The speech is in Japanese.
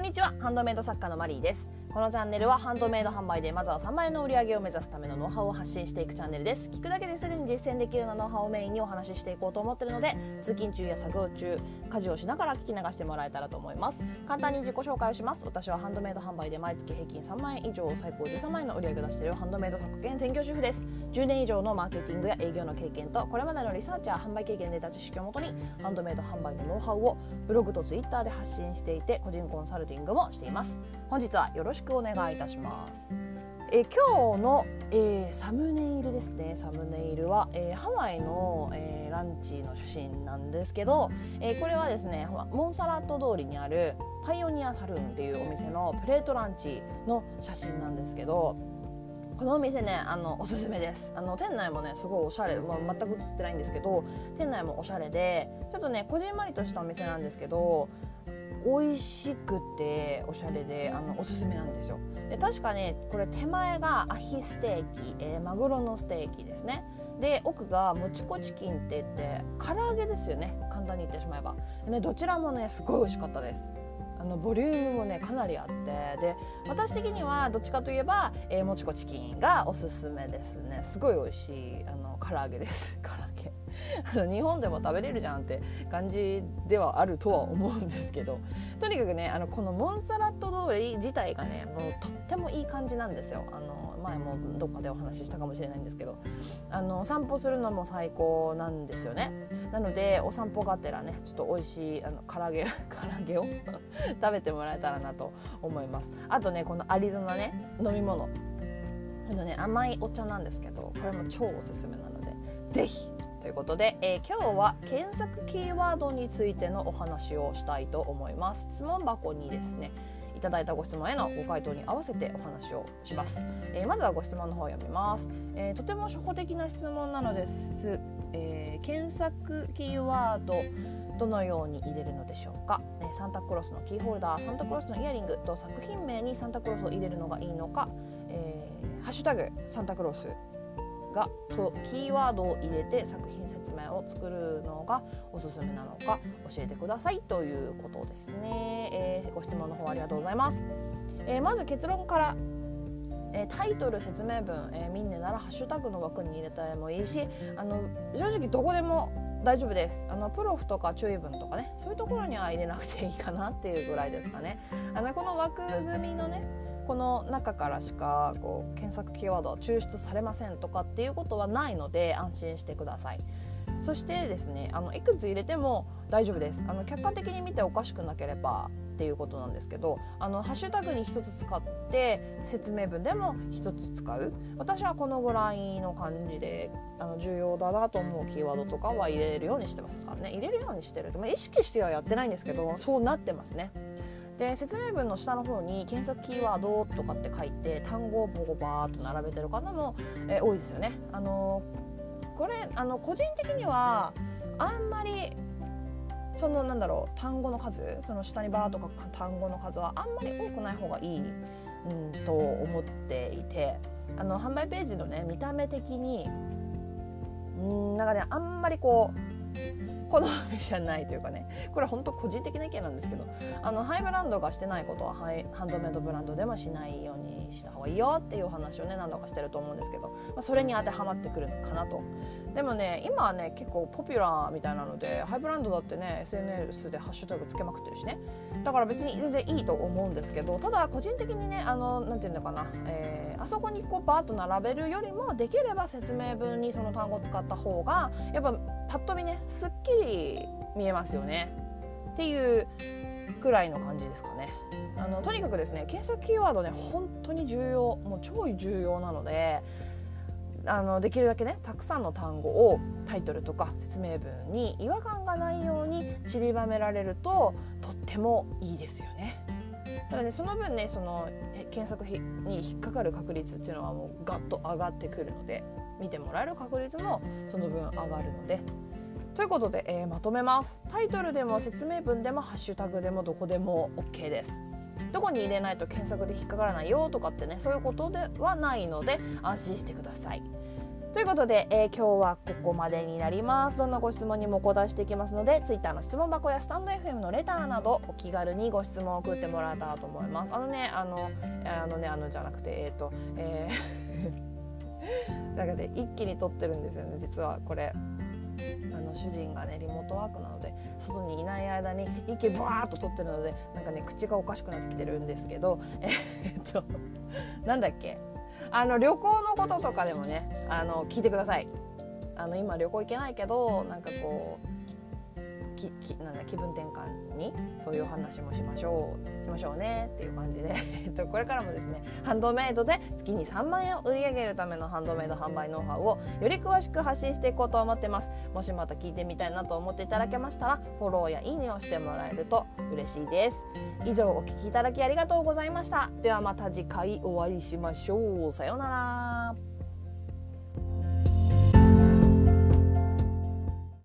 んにちは、ハンドメイド作家のマリーです。このチャンネルはハンドメイド販売でまずは3万円の売り上げを目指すためのノウハウを発信していくチャンネルです。聞くだけですぐに実践できるようなノウハウをメインにお話ししていこうと思っているので、通勤中や作業中、家事をしながら聞き流してもらえたらと思います。簡単に自己紹介をします。私はハンドメイド販売で毎月平均3万円以上、最高13万円の売り上げを出しているハンドメイド作家兼専業主婦です。10年以上のマーケティングや営業の経験とこれまでのリサーチや販売経験で得た知識をもとにハンドメイド販売のノウハウをブログとツイッターで発信していて、個人コンサルティングもしています。本日はよろしくお願いいたします。今日の、サムネイルですね。サムネイルは、ハワイの、ランチの写真なんですけど、これはですね、モンサラット通りにあるパイオニアサルーンっていうお店のプレートランチの写真なんですけど、このお店ね、おすすめです。店内もねすごいおしゃれ、全く映ってないんですけど、店内もおしゃれでちょっとねこじんまりとしたお店なんですけど、美味しくておしゃれでおすすめなんですよ。で確かねこれ手前がアヒステーキ、マグロのステーキですね。で奥がもちこチキンって言って唐揚げですよね、簡単に言ってしまえば。でね、どちらもねすごい美味しかったです。ボリュームもねかなりあって、で私的にはどっちかといえば、もちこチキンがおすすめですね。すごい美味しい唐揚げです唐揚げ日本でも食べれるじゃんって感じではあるとは思うんですけど、とにかくねこのモンサラット通り自体がねもうとってもいい感じなんですよ。前もどっかでお話ししたかもしれないんですけど、お散歩するのも最高なんですよね。なのでお散歩がてらねちょっと美味しい唐揚げを食べてもらえたらなと思います。あとねこのアリゾナね飲み物甘いお茶なんですけど、これも超おすすめなのでぜひということで、今日は検索キーワードについてのお話をしたいと思います。質問箱にですねいただいたご質問へのご回答に合わせてお話をします。まずはご質問の方を読みます。とても初歩的な質問なのです。検索キーワードどのように入れるのでしょうか。サンタクロスのキーホルダー、サンタクロスのイヤリングと作品名にサンタクロスを入れるのがいいのか、ハッシュタグサンタクロスがとキーワードを入れて作品説明を作るのがおすすめなのか教えてくださいということですね。ご質問の方ありがとうございます。まず結論から、タイトル説明文、みんなならハッシュタグの枠に入れてもいいし、正直どこでも大丈夫です。プロフとか注意文とかね、そういうところには入れなくていいかなっていうぐらいですかね。この枠組みのねこの中からしか検索キーワードは抽出されませんとかっていうことはないので安心してください。そしてですねいくつ入れても大丈夫です。客観的に見ておかしくなければっていうことなんですけど、ハッシュタグに一つ使って説明文でも一つ使う。私はこのぐらいの感じで重要だなと思うキーワードとかは入れるようにしてますからね。入れるようにしてると、意識してはやってないんですけどそうなってますね。で説明文の下の方に検索キーワードとかって書いて単語をバーっと並べてる方も、多いですよね。これ個人的にはあんまり単語の数、その下にバーとか単語の数はあんまり多くない方がいい、と思っていて、販売ページのね見た目的にあんまり好みじゃないというかね、これは本当個人的な意見なんですけど、ハイブランドがしてないことはハンドメイドブランドでもしないようにした方がいいよっていうお話をね何度かしてると思うんですけど、それに当てはまってくるかなと。でもね今はね結構ポピュラーみたいなので、ハイブランドだってね SNS でハッシュタグつけまくってるしね、だから別に全然いいと思うんですけど、ただ個人的にねなんていうのかな、あそこにバーッと並べるよりもできれば説明文にその単語を使った方がやっぱパッと見ねすっきり見えますよねっていうくらいの感じですかね。とにかくですね検索キーワードね本当に重要、もう超重要なので、できるだけねたくさんの単語をタイトルとか説明文に違和感がないように散りばめられるととってもいいですよね。ただねその分ね検索に引っかかる確率っていうのはもうガッと上がってくるので、見てもらえる確率もその分上がるので、ということで、まとめます。タイトルでも説明文でもハッシュタグでもどこでも OK です。どこに入れないと検索で引っかからないよとかってねそういうことではないので安心してください。 ということで、今日はここまでになります。どんなご質問にもお答えしていきますので、Twitter の質問箱やスタンド FM のレターなどお気軽にご質問を送ってもらえたらと思います。じゃなくてだからね、一気に撮ってるんですよね。実はこれ主人がねリモートワークなので外にいない間に息バーッと取ってるので、なんかね口がおかしくなってきてるんですけどなんだっけ、旅行のこととかでもね聞いてください。今旅行行けないけど、なんかこう気分転換にそういう話もしましょうねっていう感じでこれからもですね、ハンドメイドで月に3万円を売り上げるためのハンドメイド販売ノウハウをより詳しく発信していこうと思ってます。もしまた聞いてみたいなと思っていただけましたら、フォローやいいねをしてもらえると嬉しいです。以上お聞きいただきありがとうございました。ではまた次回お会いしましょう。さようなら。